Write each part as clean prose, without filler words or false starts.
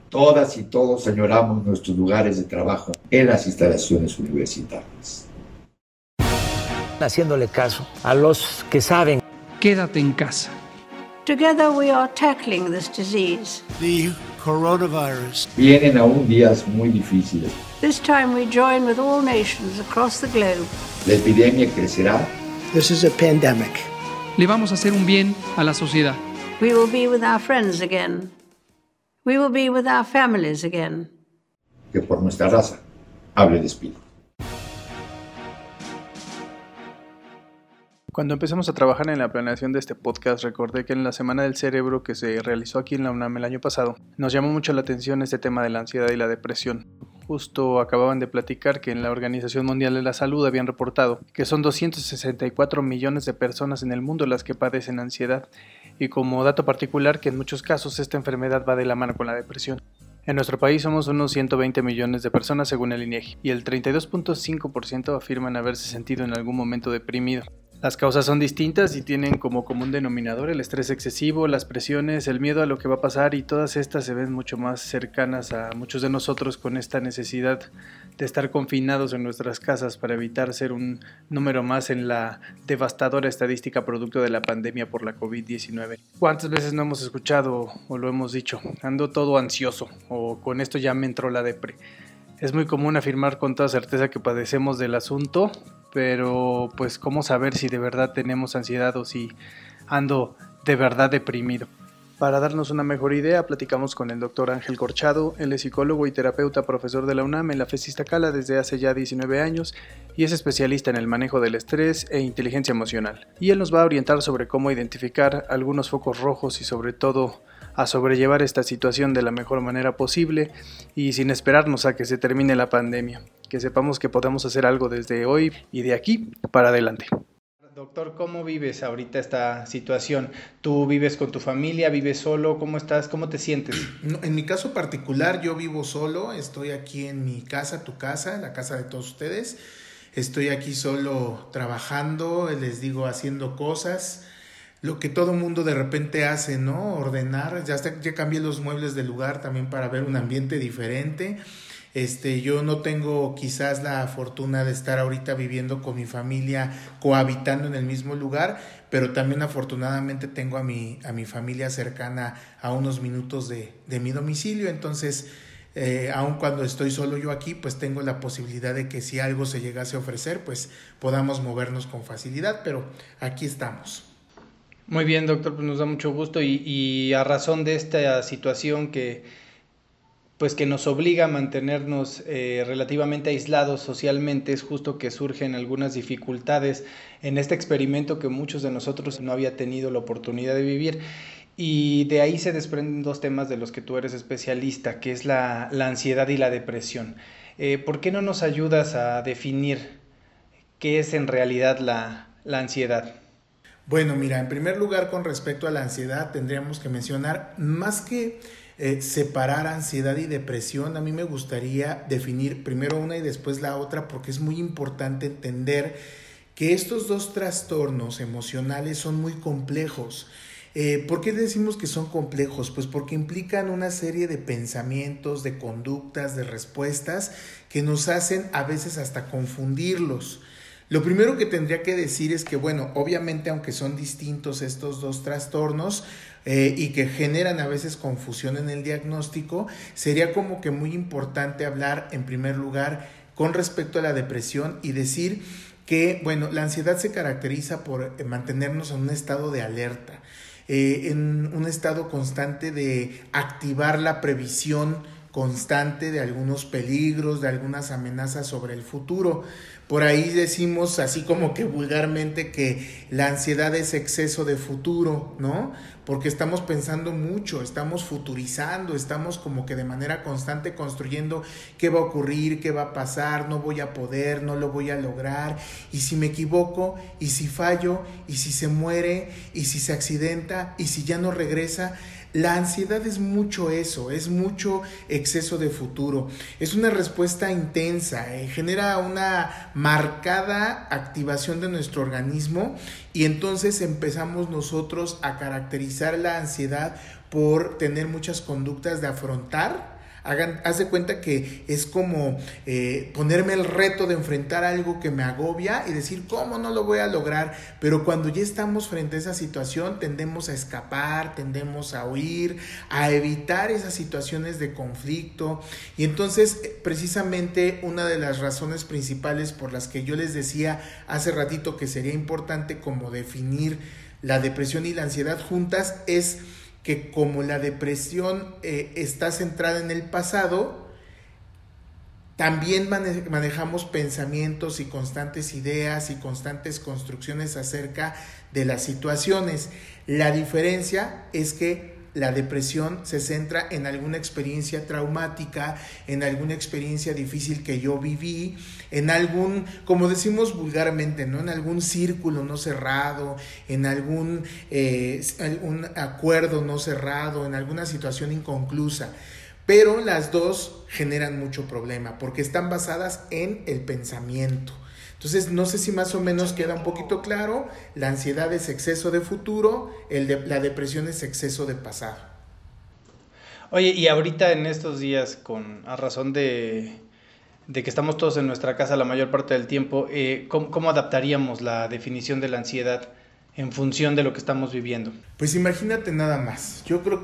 Todas y todos añoramos nuestros lugares de trabajo en las instalaciones universitarias. Haciéndole caso a los que saben. Quédate en casa. Together we are tackling this disease. The coronavirus. Vienen aún días muy difíciles. This time we join with all nations across the globe. La epidemia crecerá. This is a pandemic. Le vamos a hacer un bien a la sociedad. We will be with our friends again. We will be with our families again. Que por nuestra raza hable de espíritu. Cuando empezamos a trabajar en la planeación de este podcast, recordé que en la Semana del Cerebro que se realizó aquí en la UNAM el año pasado, nos llamó mucho la atención este tema de la ansiedad y la depresión. Justo acababan de platicar que en la Organización Mundial de la Salud habían reportado que son 264 millones de personas en el mundo las que padecen ansiedad, y como dato particular que en muchos casos esta enfermedad va de la mano con la depresión. En nuestro país somos unos 120 millones de personas según el INEGI, y el 32.5% afirman haberse sentido en algún momento deprimido. Las causas son distintas y tienen como común denominador el estrés excesivo, las presiones, el miedo a lo que va a pasar, y todas estas se ven mucho más cercanas a muchos de nosotros con esta necesidad de estar confinados en nuestras casas para evitar ser un número más en la devastadora estadística producto de la pandemia por la COVID-19. ¿Cuántas veces no hemos escuchado o lo hemos dicho? Ando todo ansioso, o con esto ya me entró la depre. Es muy común afirmar con toda certeza que padecemos del asunto, pero pues ¿cómo saber si de verdad tenemos ansiedad o si ando de verdad deprimido? Para darnos una mejor idea, platicamos con el doctor Ángel Corchado. Él es psicólogo y terapeuta, profesor de la UNAM en la FES Iztacala desde hace ya 19 años y es especialista en el manejo del estrés e inteligencia emocional. Y él nos va a orientar sobre cómo identificar algunos focos rojos y sobre todo a sobrellevar esta situación de la mejor manera posible y sin esperarnos a que se termine la pandemia, que sepamos que podemos hacer algo desde hoy y de aquí para adelante. Doctor, ¿cómo vives ahorita esta situación? ¿Tú vives con tu familia? ¿Vives solo? ¿Cómo estás? ¿Cómo te sientes? No, en mi caso particular, yo vivo solo, estoy aquí en mi casa, tu casa, la casa de todos ustedes. Estoy aquí solo trabajando, les digo, haciendo cosas. Lo que todo mundo de repente hace, ¿no? Ordenar, ya cambié los muebles del lugar también para ver un ambiente diferente. Yo no tengo quizás la fortuna de estar ahorita viviendo con mi familia, cohabitando en el mismo lugar, pero también afortunadamente tengo a mi familia cercana a unos minutos de mi domicilio. Entonces, aun cuando estoy solo yo aquí, pues tengo la posibilidad de que si algo se llegase a ofrecer, pues podamos movernos con facilidad, pero aquí estamos. Muy bien, doctor, pues nos da mucho gusto y a razón de esta situación que nos obliga a mantenernos relativamente aislados socialmente, es justo que surgen algunas dificultades en este experimento que muchos de nosotros no había tenido la oportunidad de vivir, y de ahí se desprenden dos temas de los que tú eres especialista, que es la ansiedad y la depresión. ¿Por qué no nos ayudas a definir qué es en realidad la ansiedad? Bueno, mira, en primer lugar, con respecto a la ansiedad, tendríamos que mencionar, más que separar ansiedad y depresión, a mí me gustaría definir primero una y después la otra, porque es muy importante entender que estos dos trastornos emocionales son muy complejos. ¿Por qué decimos que son complejos? Pues porque implican una serie de pensamientos, de conductas, de respuestas que nos hacen a veces hasta confundirlos. Lo primero que tendría que decir es que, bueno, obviamente aunque son distintos estos dos trastornos y que generan a veces confusión en el diagnóstico, sería como que muy importante hablar en primer lugar con respecto a la depresión y decir que, bueno, la ansiedad se caracteriza por mantenernos en un estado de alerta, en un estado constante de activar la previsión constante de algunos peligros, de algunas amenazas sobre el futuro. Por ahí decimos así como que vulgarmente que la ansiedad es exceso de futuro, ¿no? Porque estamos pensando mucho, estamos futurizando, estamos como que de manera constante construyendo qué va a ocurrir, qué va a pasar, no voy a poder, no lo voy a lograr, y si me equivoco, y si fallo, y si se muere, y si se accidenta, y si ya no regresa. La ansiedad es mucho eso, es mucho exceso de futuro, es una respuesta intensa, genera una marcada activación de nuestro organismo y entonces empezamos nosotros a caracterizar la ansiedad por tener muchas conductas de afrontar Haz de cuenta que es como ponerme el reto de enfrentar algo que me agobia y decir, ¿cómo no lo voy a lograr? Pero cuando ya estamos frente a esa situación, tendemos a escapar, tendemos a huir, a evitar esas situaciones de conflicto. Y entonces, precisamente, una de las razones principales por las que yo les decía hace ratito que sería importante como definir la depresión y la ansiedad juntas es que como la depresión está centrada en el pasado, también manejamos pensamientos y constantes ideas y constantes construcciones acerca de las situaciones. La diferencia es que la depresión se centra en alguna experiencia traumática, en alguna experiencia difícil que yo viví, en algún, como decimos vulgarmente, ¿no? En algún círculo no cerrado, en algún acuerdo no cerrado, en alguna situación inconclusa. Pero las dos generan mucho problema porque están basadas en el pensamiento. Entonces, no sé si más o menos queda un poquito claro. La ansiedad es exceso de futuro, la depresión es exceso de pasado. Oye, y ahorita en estos días, a razón de que estamos todos en nuestra casa la mayor parte del tiempo, ¿cómo adaptaríamos la definición de la ansiedad en función de lo que estamos viviendo? Pues imagínate nada más. Yo creo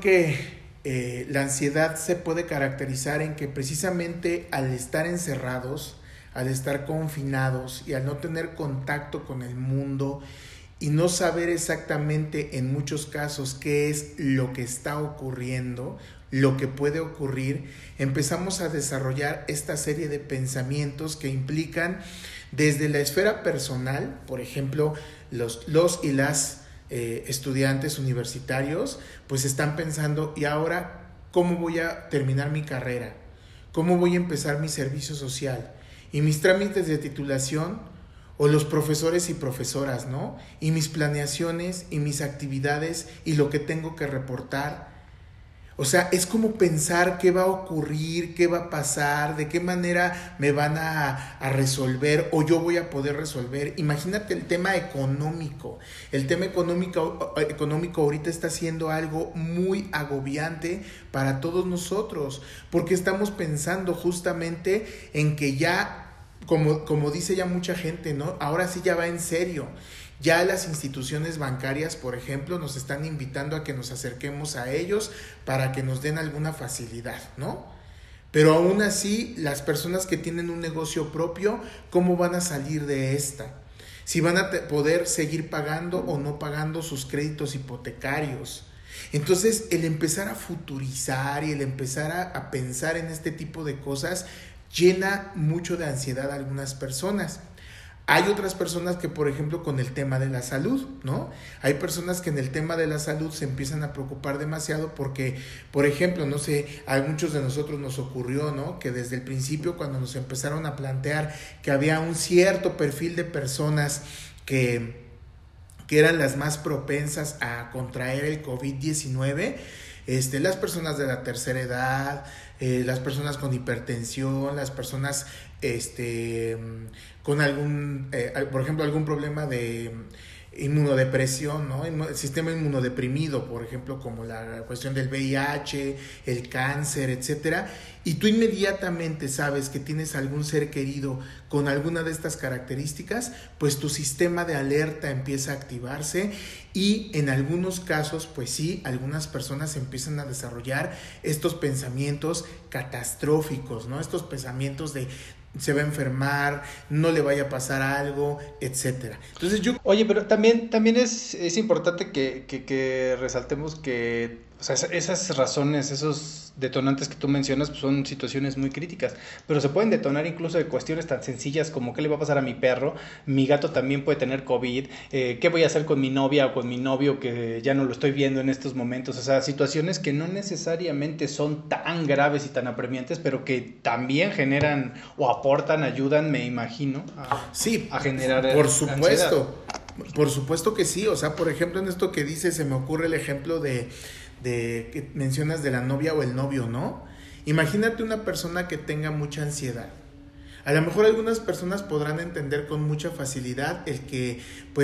que la ansiedad se puede caracterizar en que precisamente al estar encerrados, al estar confinados y al no tener contacto con el mundo y no saber exactamente en muchos casos qué es lo que está ocurriendo, lo que puede ocurrir, empezamos a desarrollar esta serie de pensamientos que implican desde la esfera personal, por ejemplo, los y las estudiantes universitarios, pues están pensando, ¿y ahora cómo voy a terminar mi carrera? ¿Cómo voy a empezar mi servicio social? Y mis trámites de titulación, o los profesores y profesoras, ¿no? Y mis planeaciones y mis actividades y lo que tengo que reportar. O sea, es como pensar qué va a ocurrir, qué va a pasar, de qué manera me van a resolver o yo voy a poder resolver. Imagínate el tema económico. El tema económico ahorita está siendo algo muy agobiante para todos nosotros, porque estamos pensando justamente en que ya, como dice ya mucha gente, ¿no? Ahora sí ya va en serio. Ya las instituciones bancarias, por ejemplo, nos están invitando a que nos acerquemos a ellos para que nos den alguna facilidad, ¿no? Pero aún así, las personas que tienen un negocio propio, ¿cómo van a salir de esta? Si van a poder seguir pagando o no pagando sus créditos hipotecarios. Entonces, el empezar a futurizar y el empezar a pensar en este tipo de cosas llena mucho de ansiedad a algunas personas. Hay otras personas que, por ejemplo, con el tema de la salud, ¿no? Hay personas que en el tema de la salud se empiezan a preocupar demasiado porque, por ejemplo, no sé, a muchos de nosotros nos ocurrió, ¿no? Que desde el principio, cuando nos empezaron a plantear que había un cierto perfil de personas que eran las más propensas a contraer el COVID-19, las personas de la tercera edad, las personas con hipertensión, las personas con algún, por ejemplo, algún problema de inmunodepresión, ¿no? El sistema inmunodeprimido, por ejemplo, como la cuestión del VIH, el cáncer, etcétera, y tú inmediatamente sabes que tienes algún ser querido con alguna de estas características, pues tu sistema de alerta empieza a activarse y en algunos casos, pues sí, algunas personas empiezan a desarrollar estos pensamientos catastróficos, ¿no? Estos pensamientos de se va a enfermar, no le vaya a pasar algo, etcétera. Entonces Oye, pero también es importante que resaltemos que, o sea, esas razones, esos detonantes que tú mencionas, pues son situaciones muy críticas, pero se pueden detonar incluso de cuestiones tan sencillas como qué le va a pasar a mi perro, mi gato también puede tener COVID, qué voy a hacer con mi novia o con mi novio que ya no lo estoy viendo en estos momentos. O sea, situaciones que no necesariamente son tan graves y tan apremiantes, pero que también generan o aportan, ayudan, me imagino, a generar por supuesto, ansiedad. Por supuesto que sí. O sea, por ejemplo, en esto que dices, se me ocurre el ejemplo de que mencionas de la novia o el novio, ¿no? Imagínate una persona que tenga mucha ansiedad. A lo mejor algunas personas podrán entender con mucha facilidad el que, pues,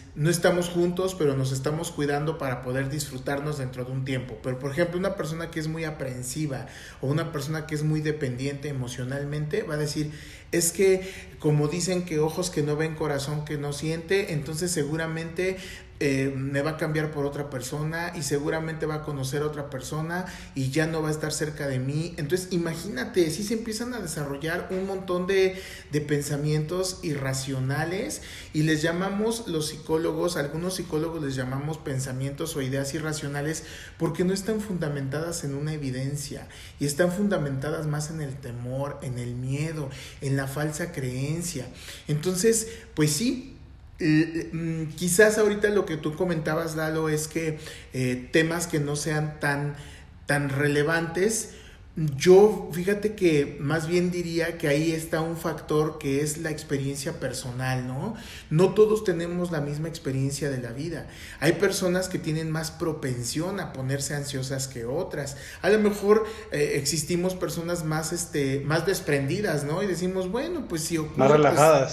no estamos juntos, pero nos estamos cuidando para poder disfrutarnos dentro de un tiempo. Pero, por ejemplo, una persona que es muy aprensiva o una persona que es muy dependiente emocionalmente va a decir, es que como dicen que ojos que no ven, corazón que no siente, entonces seguramente me va a cambiar por otra persona y seguramente va a conocer a otra persona y ya no va a estar cerca de mí. Entonces imagínate, si se empiezan a desarrollar un montón de pensamientos irracionales, y les llamamos los psicólogos, algunos psicólogos les llamamos pensamientos o ideas irracionales, porque no están fundamentadas en una evidencia y están fundamentadas más en el temor, en el miedo, en la falsa creencia. Entonces, pues sí, quizás ahorita lo que tú comentabas, Lalo, es que temas que no sean tan relevantes, yo fíjate que más bien diría que ahí está un factor que es la experiencia personal, ¿no? No todos tenemos la misma experiencia de la vida. Hay personas que tienen más propensión a ponerse ansiosas que otras. A lo mejor existimos personas más desprendidas, ¿no? Y decimos, bueno, pues si ocurre, más relajadas.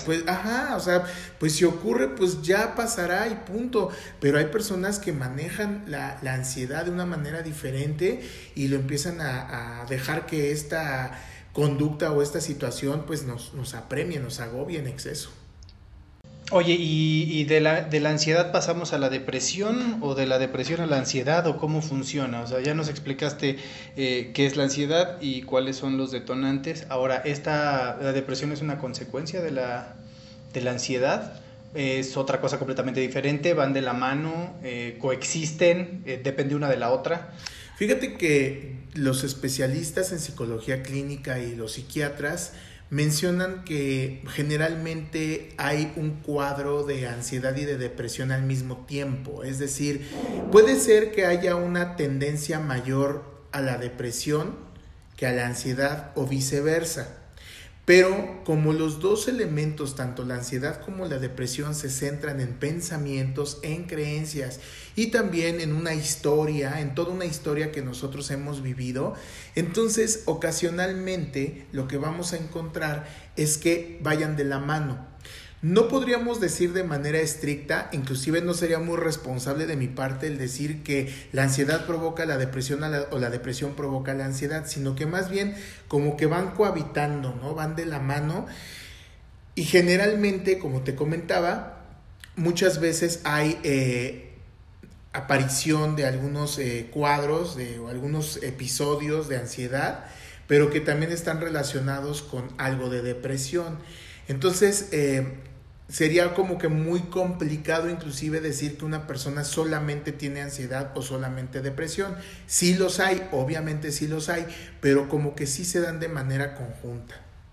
Pues si ocurre, pues ya pasará y punto. Pero hay personas que manejan la ansiedad de una manera diferente y lo empiezan a dejar que esta conducta o esta situación pues nos apremie, nos agobie en exceso. Oye, ¿y de la ansiedad pasamos a la depresión, o de la depresión a la ansiedad, o cómo funciona? O sea, ya nos explicaste qué es la ansiedad y cuáles son los detonantes. Ahora, ¿la depresión es una consecuencia de la ansiedad? ¿Es otra cosa completamente diferente? ¿Van de la mano? ¿Coexisten? ¿Depende una de la otra? Fíjate que los especialistas en psicología clínica y los psiquiatras mencionan que generalmente hay un cuadro de ansiedad y de depresión al mismo tiempo. Es decir, puede ser que haya una tendencia mayor a la depresión que a la ansiedad o viceversa. Pero como los dos elementos, tanto la ansiedad como la depresión, se centran en pensamientos, en creencias y también en una historia, en toda una historia que nosotros hemos vivido, entonces ocasionalmente lo que vamos a encontrar es que vayan de la mano. No podríamos decir de manera estricta, inclusive no sería muy responsable de mi parte el decir que la ansiedad provoca la depresión o la depresión provoca la ansiedad, sino que más bien como que van cohabitando, ¿no? Van de la mano, y generalmente, como te comentaba, muchas veces hay aparición de algunos cuadros o algunos episodios de ansiedad, pero que también están relacionados con algo de depresión. Entonces, sería como que muy complicado inclusive decir que una persona solamente tiene ansiedad o solamente depresión. Sí los hay, obviamente sí los hay, pero como que sí se dan de manera conjunta.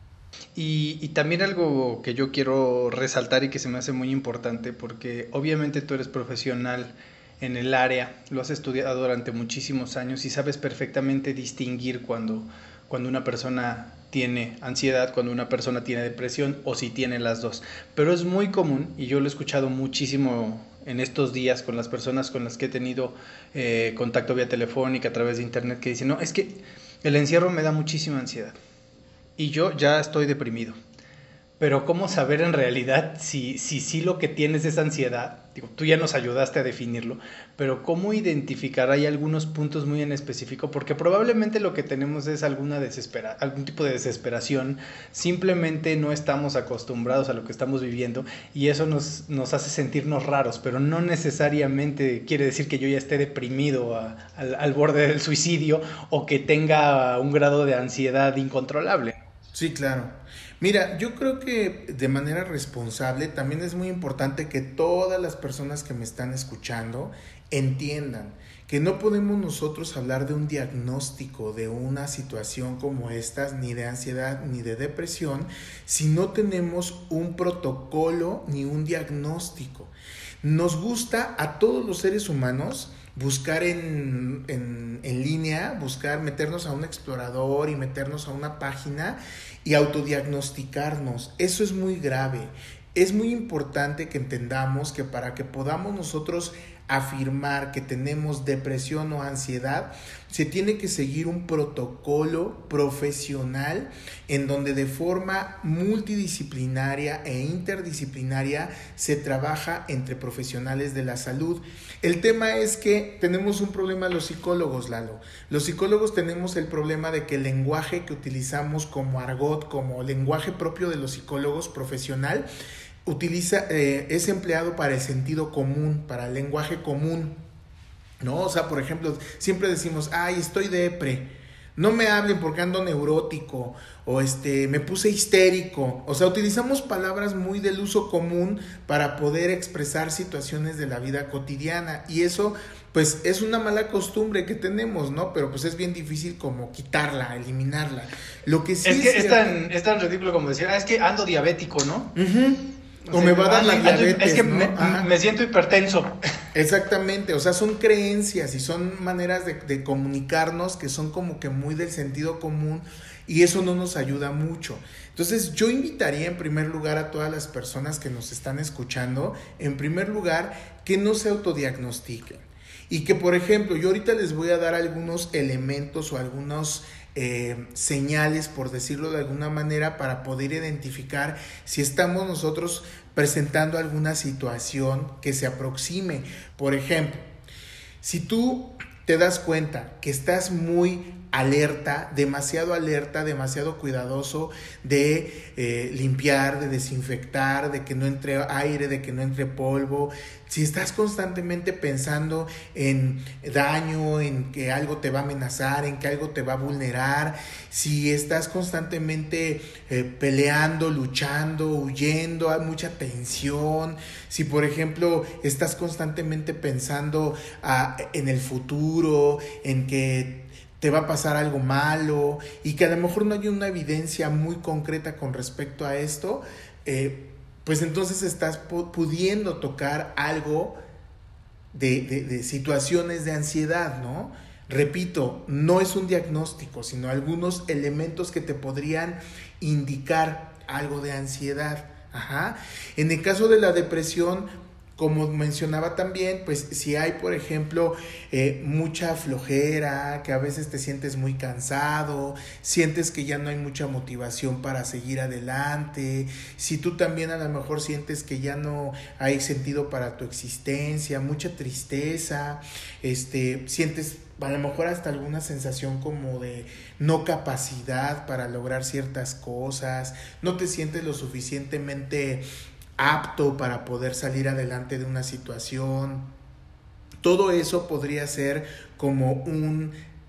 Y también algo que yo quiero resaltar y que se me hace muy importante, porque obviamente tú eres profesional en el área, lo has estudiado durante muchísimos años y sabes perfectamente distinguir cuando una persona tiene ansiedad, cuando una persona tiene depresión, o si tiene las dos. Pero es muy común, y yo lo he escuchado muchísimo en estos días con las personas con las que he tenido contacto vía telefónica, a través de internet, que dicen, no, es que el encierro me da muchísima ansiedad y yo ya estoy deprimido. Pero ¿cómo saber en realidad si lo que tienes es ansiedad? Digo, tú ya nos ayudaste a definirlo, pero ¿cómo identificar? Hay algunos puntos muy en específico, porque probablemente lo que tenemos es algún tipo de desesperación, simplemente no estamos acostumbrados a lo que estamos viviendo y eso nos hace sentirnos raros, pero no necesariamente quiere decir que yo ya esté deprimido al borde del suicidio o que tenga un grado de ansiedad incontrolable. Sí, claro. Mira, yo creo que de manera responsable también es muy importante que todas las personas que me están escuchando entiendan que no podemos nosotros hablar de un diagnóstico de una situación como esta, ni de ansiedad ni de depresión, si no tenemos un protocolo ni un diagnóstico. Nos gusta a todos los seres humanos buscar en línea, meternos a un explorador y meternos a una página y autodiagnosticarnos. Eso es muy grave. Es muy importante que entendamos que para que podamos nosotros afirmar que tenemos depresión o ansiedad, se tiene que seguir un protocolo profesional en donde de forma multidisciplinaria e interdisciplinaria se trabaja entre profesionales de la salud. El tema es que tenemos un problema los psicólogos, Lalo. Los psicólogos tenemos el problema de que el lenguaje que utilizamos como argot, como lenguaje propio de los psicólogos profesional, es empleado para el sentido común, para el lenguaje común, ¿no? O sea, por ejemplo, siempre decimos, ay, estoy depre, no me hablen porque ando neurótico, o me puse histérico. O sea, utilizamos palabras muy del uso común para poder expresar situaciones de la vida cotidiana, y eso pues es una mala costumbre que tenemos, ¿no? Pero pues es bien difícil como quitarla, eliminarla. Lo que sí es tan ridículo como decir, es que ando diabético, ¿no? Uh-huh. O me va a dar la diabetes, es que ¿no? me siento hipertenso. Exactamente, o sea, son creencias y son maneras de comunicarnos que son como que muy del sentido común, y eso no nos ayuda mucho. Entonces yo invitaría en primer lugar a todas las personas que nos están escuchando, en primer lugar, que no se autodiagnostiquen. Y que, por ejemplo, yo ahorita les voy a dar algunos elementos o algunos señales, por decirlo de alguna manera, para poder identificar si estamos nosotros presentando alguna situación que se aproxime. Por ejemplo, si tú te das cuenta que estás muy alerta, demasiado cuidadoso de limpiar, de desinfectar, de que no entre aire, de que no entre polvo, si estás constantemente pensando en daño, en que algo te va a amenazar, en que algo te va a vulnerar, si estás constantemente peleando, luchando, huyendo, hay mucha tensión, si por ejemplo estás constantemente pensando en el futuro, en que te va a pasar algo malo y que a lo mejor no hay una evidencia muy concreta con respecto a esto, pues entonces estás pudiendo tocar algo de situaciones de ansiedad, ¿no? Repito, no es un diagnóstico, sino algunos elementos que te podrían indicar algo de ansiedad. Ajá. En el caso de la depresión, como mencionaba también, pues si hay, por ejemplo, mucha flojera, que a veces te sientes muy cansado, sientes que ya no hay mucha motivación para seguir adelante, si tú también a lo mejor sientes que ya no hay sentido para tu existencia, mucha tristeza, sientes a lo mejor hasta alguna sensación como de no capacidad para lograr ciertas cosas, no te sientes lo suficientemente apto para poder salir adelante de una situación. Todo eso podría ser como un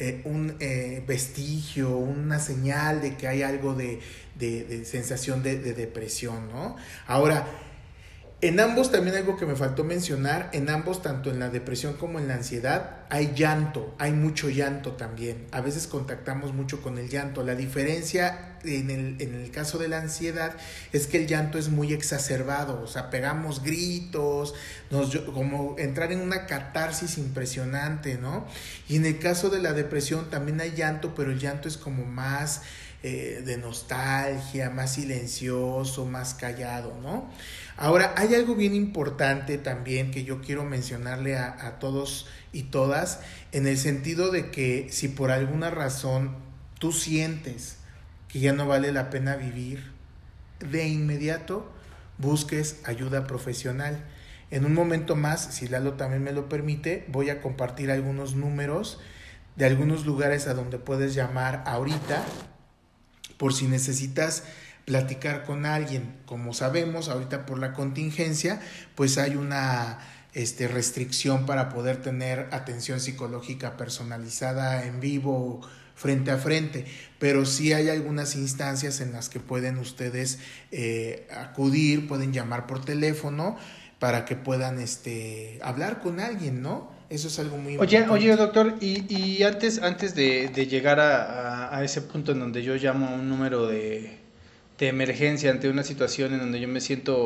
vestigio, una señal de que hay algo de sensación de depresión, ¿no? Ahora, en ambos también algo que me faltó mencionar, en ambos, tanto en la depresión como en la ansiedad, hay llanto, hay mucho llanto también. A veces contactamos mucho con el llanto. La diferencia en el caso de la ansiedad es que el llanto es muy exacerbado, o sea, pegamos gritos, como entrar en una catarsis impresionante, ¿no? Y en el caso de la depresión también hay llanto, pero el llanto es como más de nostalgia, más silencioso, más callado, ¿no? Ahora, hay algo bien importante también que yo quiero mencionarle a todos y todas, en el sentido de que si por alguna razón tú sientes que ya no vale la pena vivir, de inmediato busques ayuda profesional. En un momento más, si Lalo también me lo permite, voy a compartir algunos números de algunos lugares a donde puedes llamar ahorita, por si necesitas platicar con alguien. Como sabemos, ahorita por la contingencia, pues hay una restricción para poder tener atención psicológica personalizada en vivo, frente a frente, pero sí hay algunas instancias en las que pueden ustedes acudir, pueden llamar por teléfono para que puedan hablar con alguien, ¿no? Eso es algo muy importante. Oye, doctor, y antes de llegar a ese punto en donde yo llamo a un número de emergencia ante una situación en donde yo me siento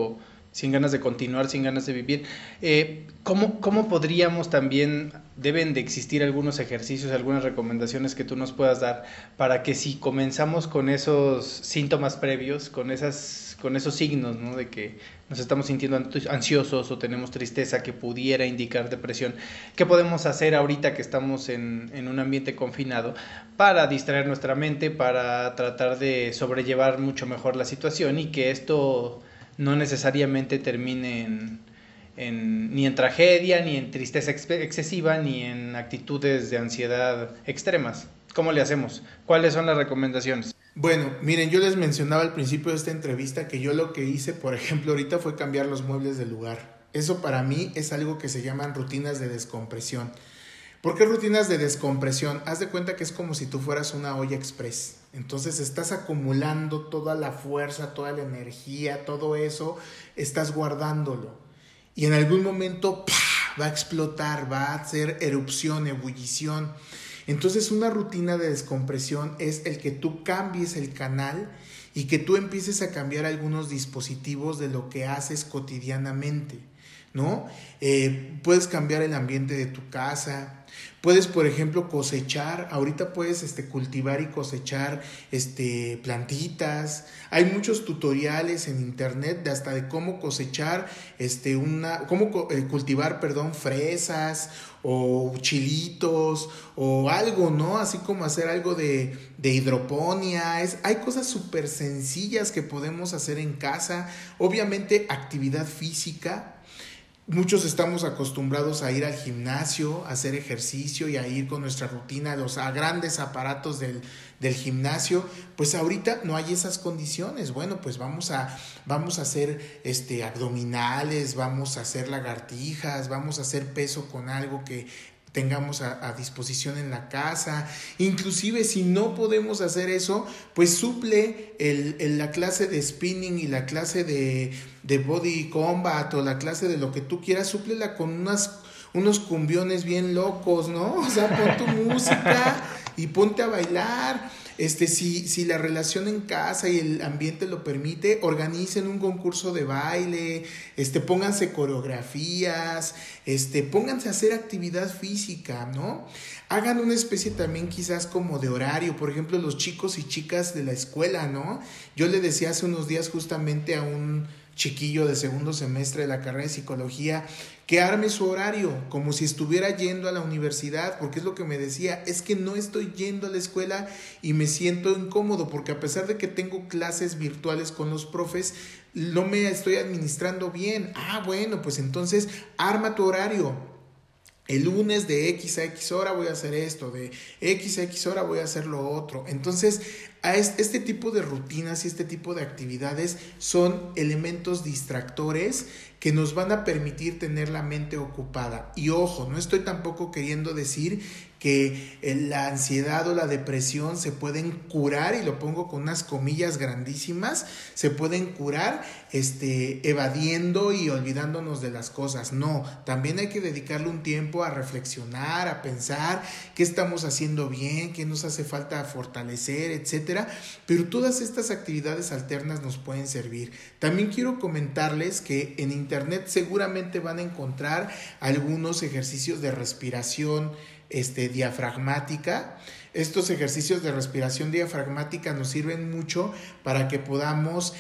sin ganas de continuar, sin ganas de vivir. ¿Cómo podríamos también, deben de existir algunos ejercicios, algunas recomendaciones que tú nos puedas dar para que si comenzamos con esos síntomas previos, con esos signos, ¿no?, de que nos estamos sintiendo ansiosos o tenemos tristeza que pudiera indicar depresión, ¿qué podemos hacer ahorita que estamos en un ambiente confinado para distraer nuestra mente, para tratar de sobrellevar mucho mejor la situación y que esto no necesariamente termine ni en tragedia, ni en tristeza excesiva, ni en actitudes de ansiedad extremas? ¿Cómo le hacemos? ¿Cuáles son las recomendaciones? Bueno, miren, yo les mencionaba al principio de esta entrevista que yo lo que hice, por ejemplo, ahorita fue cambiar los muebles del lugar. Eso para mí es algo que se llaman rutinas de descompresión. ¿Por qué rutinas de descompresión? Haz de cuenta que es como si tú fueras una olla express. Entonces estás acumulando toda la fuerza, toda la energía, todo eso, estás guardándolo. Y en algún momento va a explotar, va a hacer erupción, ebullición. Entonces una rutina de descompresión es el que tú cambies el canal y que tú empieces a cambiar algunos dispositivos de lo que haces cotidianamente, ¿no? Puedes cambiar el ambiente de tu casa. Puedes, por ejemplo, cosechar. Ahorita puedes cultivar y cosechar plantitas. Hay muchos tutoriales en internet de cómo cosechar cultivar, fresas o chilitos o algo, ¿no? Así como hacer algo de hidroponía. Hay cosas súper sencillas que podemos hacer en casa. Obviamente, actividad física. Muchos estamos acostumbrados a ir al gimnasio, a hacer ejercicio y a ir con nuestra rutina a grandes aparatos del gimnasio. Pues ahorita no hay esas condiciones. Bueno, pues vamos a hacer abdominales, vamos a hacer lagartijas, vamos a hacer peso con algo que tengamos a disposición en la casa. Inclusive si no podemos hacer eso, pues suple la clase de spinning y la clase de body combat o la clase de lo que tú quieras, súplela con unos cumbiones bien locos, ¿no? O sea, pon tu música y ponte a bailar. Si la relación en casa y el ambiente lo permite, organicen un concurso de baile, pónganse coreografías, pónganse a hacer actividad física, ¿no? Hagan una especie también quizás como de horario, por ejemplo, los chicos y chicas de la escuela, ¿no? Yo le decía hace unos días justamente a un chiquillo de segundo semestre de la carrera de psicología que arme su horario como si estuviera yendo a la universidad, porque es lo que me decía, es que no estoy yendo a la escuela y me siento incómodo porque a pesar de que tengo clases virtuales con los profes, no me estoy administrando bien. Bueno, pues entonces arma tu horario. El lunes de X a X hora voy a hacer esto, de X a X hora voy a hacer lo otro. Entonces, este tipo de rutinas y este tipo de actividades son elementos distractores que nos van a permitir tener la mente ocupada. Y ojo, no estoy tampoco queriendo decir que la ansiedad o la depresión se pueden curar, y lo pongo con unas comillas grandísimas, se pueden curar evadiendo y olvidándonos de las cosas. No, también hay que dedicarle un tiempo a reflexionar, a pensar qué estamos haciendo bien, qué nos hace falta fortalecer, etcétera. Pero todas estas actividades alternas nos pueden servir. También quiero comentarles que en internet seguramente van a encontrar algunos ejercicios de respiración diafragmática. Estos ejercicios de respiración diafragmática nos sirven mucho para que podamos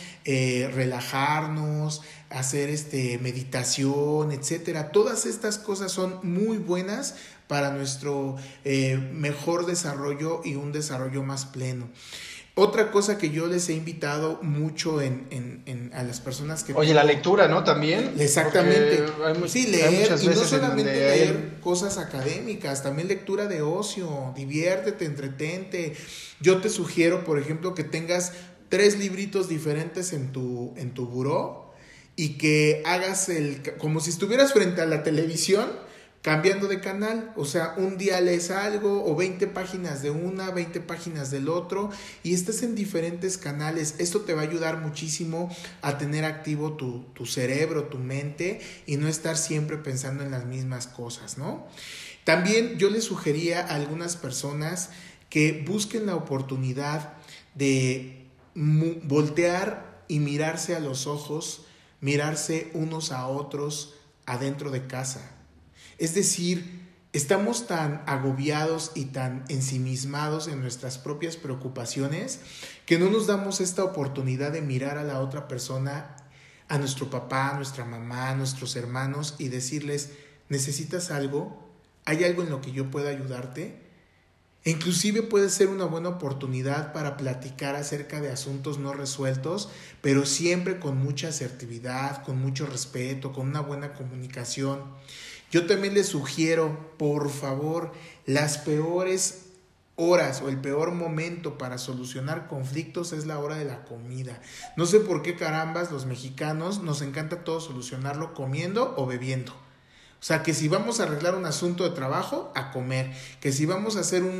relajarnos, hacer meditación, etcétera. Todas estas cosas son muy buenas para nuestro mejor desarrollo y un desarrollo más pleno. Otra cosa que yo les he invitado mucho a las personas que... Oye, la lectura, ¿no? También. Exactamente. Sí, leer, y no solamente leer cosas académicas, también lectura de ocio, diviértete, entretente. Yo te sugiero, por ejemplo, que tengas 3 libritos diferentes en tu buró y que hagas como si estuvieras frente a la televisión, cambiando de canal. O sea, un día lees algo o 20 páginas de una, 20 páginas del otro, y estás en diferentes canales. Esto te va a ayudar muchísimo a tener activo tu cerebro, tu mente, y no estar siempre pensando en las mismas cosas, ¿no? También yo les sugería a algunas personas que busquen la oportunidad de voltear y mirarse a los ojos mirarse unos a otros adentro de casa. Es decir, estamos tan agobiados y tan ensimismados en nuestras propias preocupaciones que no nos damos esta oportunidad de mirar a la otra persona, a nuestro papá, a nuestra mamá, a nuestros hermanos y decirles, ¿necesitas algo? ¿Hay algo en lo que yo pueda ayudarte? E inclusive puede ser una buena oportunidad para platicar acerca de asuntos no resueltos, pero siempre con mucha asertividad, con mucho respeto, con una buena comunicación. Yo también les sugiero, por favor, las peores horas o el peor momento para solucionar conflictos es la hora de la comida. No sé por qué carambas los mexicanos nos encanta todo solucionarlo comiendo o bebiendo. O sea, que si vamos a arreglar un asunto de trabajo, a comer. Que si vamos a hacer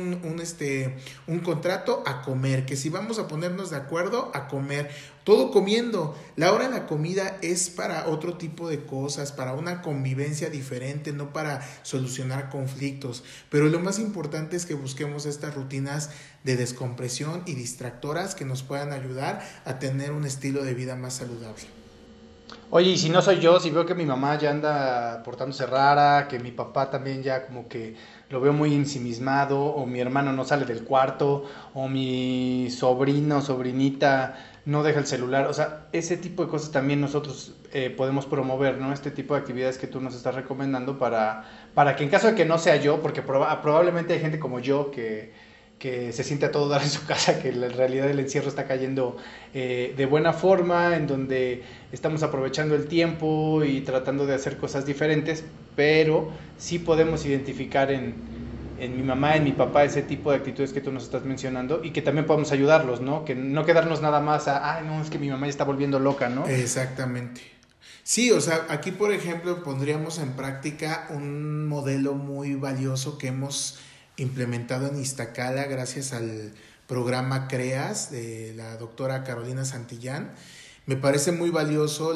un contrato, a comer. Que si vamos a ponernos de acuerdo, a comer. Todo comiendo. La hora de la comida es para otro tipo de cosas, para una convivencia diferente, no para solucionar conflictos. Pero lo más importante es que busquemos estas rutinas de descompresión y distractoras que nos puedan ayudar a tener un estilo de vida más saludable. Oye, y si no soy yo, si veo que mi mamá ya anda portándose rara, que mi papá también ya como que lo veo muy ensimismado, o mi hermano no sale del cuarto, o mi sobrino o sobrinita no deja el celular, o sea, ese tipo de cosas también nosotros podemos promover, ¿no? Este tipo de actividades que tú nos estás recomendando para que en caso de que no sea yo, porque probablemente hay gente como yo que se siente a todo dar en su casa, que en realidad el encierro está cayendo de buena forma, en donde estamos aprovechando el tiempo y tratando de hacer cosas diferentes, pero sí podemos identificar en mi mamá, en mi papá, ese tipo de actitudes que tú nos estás mencionando y que también podemos ayudarlos, ¿no? Que no quedarnos nada más ay, no, es que mi mamá ya está volviendo loca, ¿no? Exactamente. Sí, o sea, aquí por ejemplo pondríamos en práctica un modelo muy valioso que hemos implementado en Iztacala gracias al programa CREAS de la doctora Carolina Santillán. Me parece muy valioso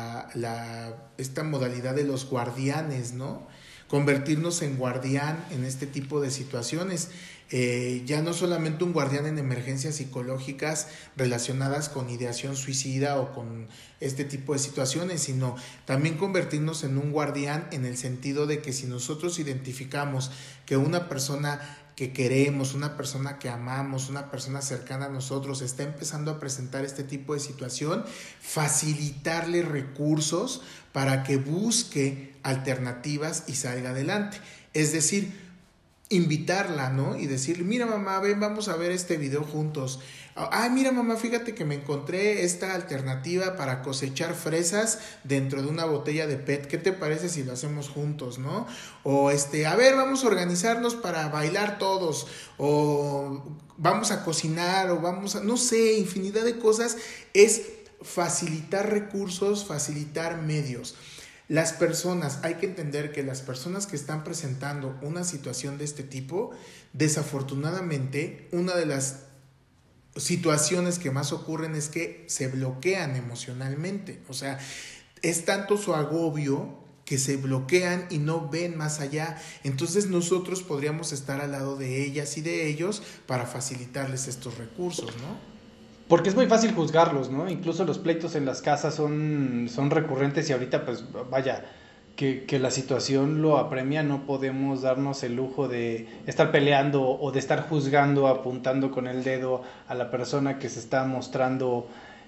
esta modalidad de los guardianes, ¿no? Convertirnos en guardián en este tipo de situaciones. Ya no solamente un guardián en emergencias psicológicas relacionadas con ideación suicida o con este tipo de situaciones, sino también convertirnos en un guardián en el sentido de que si nosotros identificamos que una persona que queremos, una persona que amamos, una persona cercana a nosotros está empezando a presentar este tipo de situación, facilitarle recursos para que busque alternativas y salga adelante. Es decir, invitarla, ¿no? Y decirle, mira mamá, ven, vamos a ver este video juntos. Ay, mira mamá, fíjate que me encontré esta alternativa para cosechar fresas dentro de una botella de PET. ¿Qué te parece si lo hacemos juntos, no? O a ver, vamos a organizarnos para bailar todos. O vamos a cocinar, o vamos a, no sé, infinidad de cosas. Es facilitar recursos, facilitar medios. Las personas, hay que entender que las personas que están presentando una situación de este tipo, desafortunadamente, una de las situaciones que más ocurren es que se bloquean emocionalmente. O sea, es tanto su agobio que se bloquean y no ven más allá. Entonces nosotros podríamos estar al lado de ellas y de ellos para facilitarles estos recursos, ¿no? Porque es muy fácil juzgarlos, ¿no? Incluso los pleitos en las casas son recurrentes y ahorita, pues, vaya, que la situación lo apremia, no podemos darnos el lujo de estar peleando o de estar juzgando, apuntando con el dedo a la persona que se está mostrando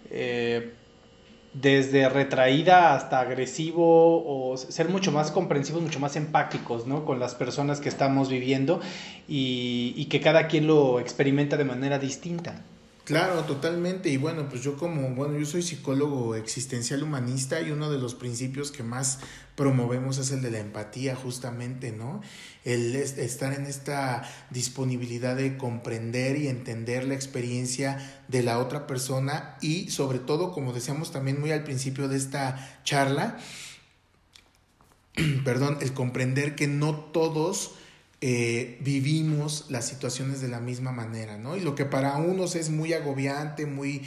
desde retraída hasta agresivo, o ser mucho más comprensivos, mucho más empáticos, ¿no? Con las personas que estamos viviendo y que cada quien lo experimenta de manera distinta. Claro, totalmente. Y bueno, pues yo soy psicólogo existencial humanista y uno de los principios que más promovemos es el de la empatía, justamente, ¿no? El estar en esta disponibilidad de comprender y entender la experiencia de la otra persona y sobre todo, como decíamos también muy al principio de esta charla, el comprender que no todos vivimos las situaciones de la misma manera, ¿no? Y lo que para unos es muy agobiante, muy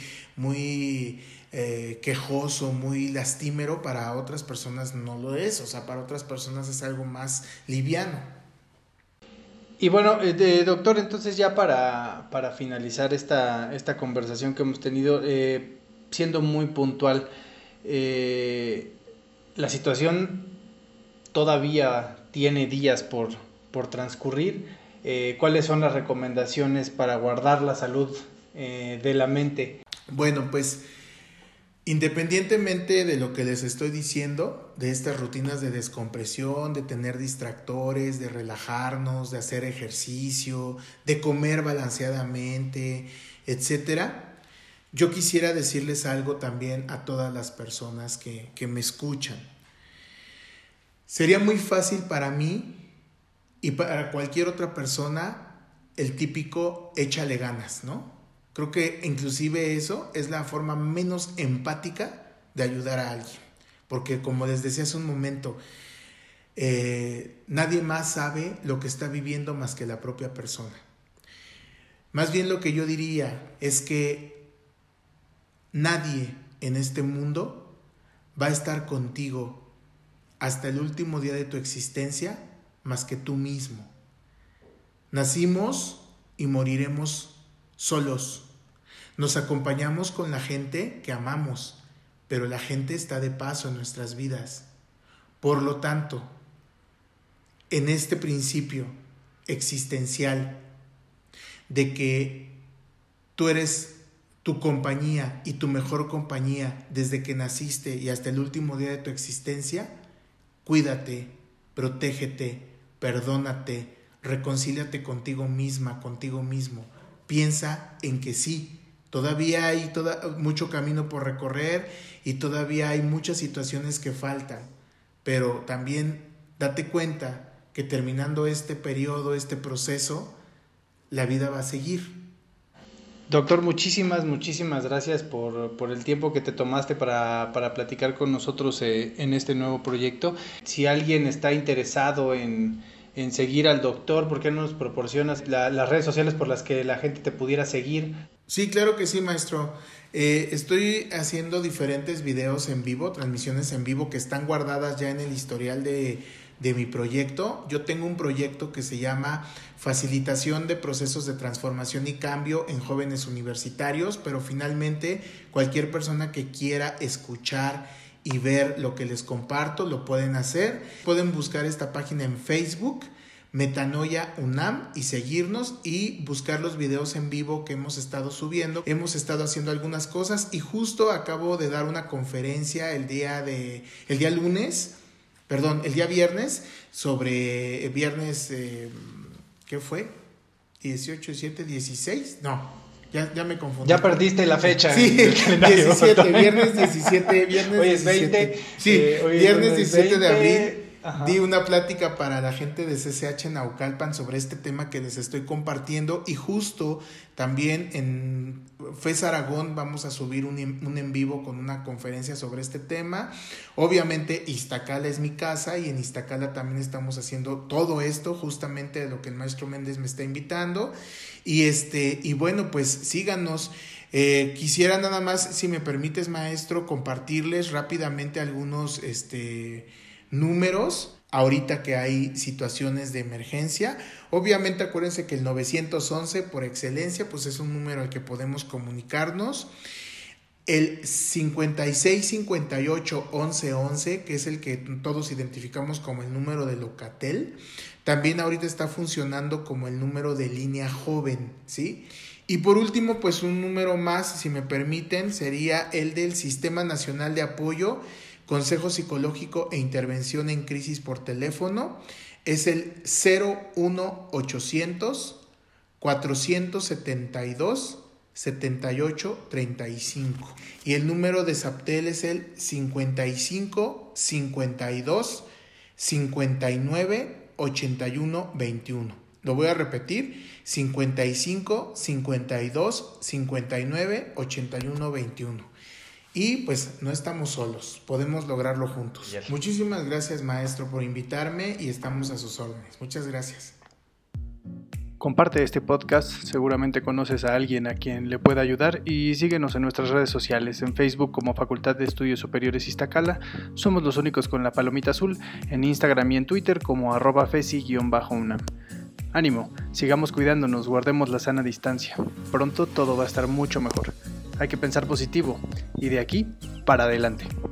quejoso, muy lastimero, para otras personas no lo es. O sea, para otras personas es algo más liviano. Y bueno, doctor, entonces ya para finalizar esta conversación que hemos tenido, siendo muy puntual, La situación todavía tiene días por transcurrir. ¿Cuáles son las recomendaciones para guardar la salud de la mente? Bueno, pues independientemente de lo que les estoy diciendo, de estas rutinas de descompresión, de tener distractores, de relajarnos, de hacer ejercicio, de comer balanceadamente, etcétera, yo quisiera decirles algo también a todas las personas que me escuchan. Sería muy fácil para mí y para cualquier otra persona el típico échale ganas, ¿no? Creo que inclusive eso es la forma menos empática de ayudar a alguien. Porque como les decía hace un momento, nadie más sabe lo que está viviendo más que la propia persona. Más bien lo que yo diría es que nadie en este mundo va a estar contigo hasta el último día de tu existencia más que tú mismo. Nacimos y moriremos solos. Nos acompañamos con la gente que amamos, pero la gente está de paso en nuestras vidas. Por lo tanto, en este principio existencial de que tú eres tu compañía y tu mejor compañía desde que naciste y hasta el último día de tu existencia, cuídate, protégete, perdónate, reconcíliate contigo misma, contigo mismo. Piensa en que sí, todavía hay mucho camino por recorrer y todavía hay muchas situaciones que faltan, pero también date cuenta que terminando este periodo, este proceso, la vida va a seguir. Doctor, muchísimas gracias por el tiempo que te tomaste para platicar con nosotros en este nuevo proyecto. Si alguien está interesado en seguir al doctor, ¿por qué no nos proporcionas las redes sociales por las que la gente te pudiera seguir? Sí, claro que sí, maestro. Estoy haciendo diferentes videos en vivo, transmisiones en vivo que están guardadas ya en el historial de mi proyecto. Yo tengo un proyecto que se llama Facilitación de Procesos de Transformación y Cambio en Jóvenes Universitarios, pero finalmente cualquier persona que quiera escuchar y ver lo que les comparto lo pueden hacer. Pueden buscar esta página en Facebook, Metanoia UNAM, y seguirnos y buscar los videos en vivo que hemos estado subiendo. Hemos estado haciendo algunas cosas y justo acabo de dar una conferencia el día viernes, sobre viernes, ¿qué fue? 18, 17, 16, no, ya me confundí. Ya perdiste la fecha. Sí, 17, viernes 17, hoy es 20. Sí, viernes 17 de abril. Ajá. Di una plática para la gente de CCH Naucalpan sobre este tema que les estoy compartiendo, y justo también en FES Aragón vamos a subir un en vivo con una conferencia sobre este tema. Obviamente Iztacala es mi casa y en Iztacala también estamos haciendo todo esto, justamente de lo que el maestro Méndez me está invitando, y bueno, pues síganos. Quisiera nada más, si me permites, maestro, compartirles rápidamente algunos números ahorita que hay situaciones de emergencia. Obviamente acuérdense que el 911 por excelencia pues es un número al que podemos comunicarnos. El 5658-1111, que es el que todos identificamos como el número de Locatel, también ahorita está funcionando como el número de línea joven, ¿sí? Y por último, pues un número más, si me permiten, sería el del Sistema Nacional de Apoyo, Consejo Psicológico e Intervención en Crisis por teléfono. Es el 01800 472 7835. Y el número de Saptel es el 55 52 59 81 21. Lo voy a repetir: 55 52 59 81 21. Y pues no estamos solos, podemos lograrlo juntos. Yes. Muchísimas gracias, maestro, por invitarme, y estamos a sus órdenes. Muchas gracias. Comparte este podcast, seguramente conoces a alguien a quien le pueda ayudar, y síguenos en nuestras redes sociales, en Facebook como Facultad de Estudios Superiores Iztacala, somos los únicos con la palomita azul, en Instagram y en Twitter como @fesi_UNAM. Ánimo, sigamos cuidándonos, guardemos la sana distancia, pronto todo va a estar mucho mejor. Hay que pensar positivo y de aquí para adelante.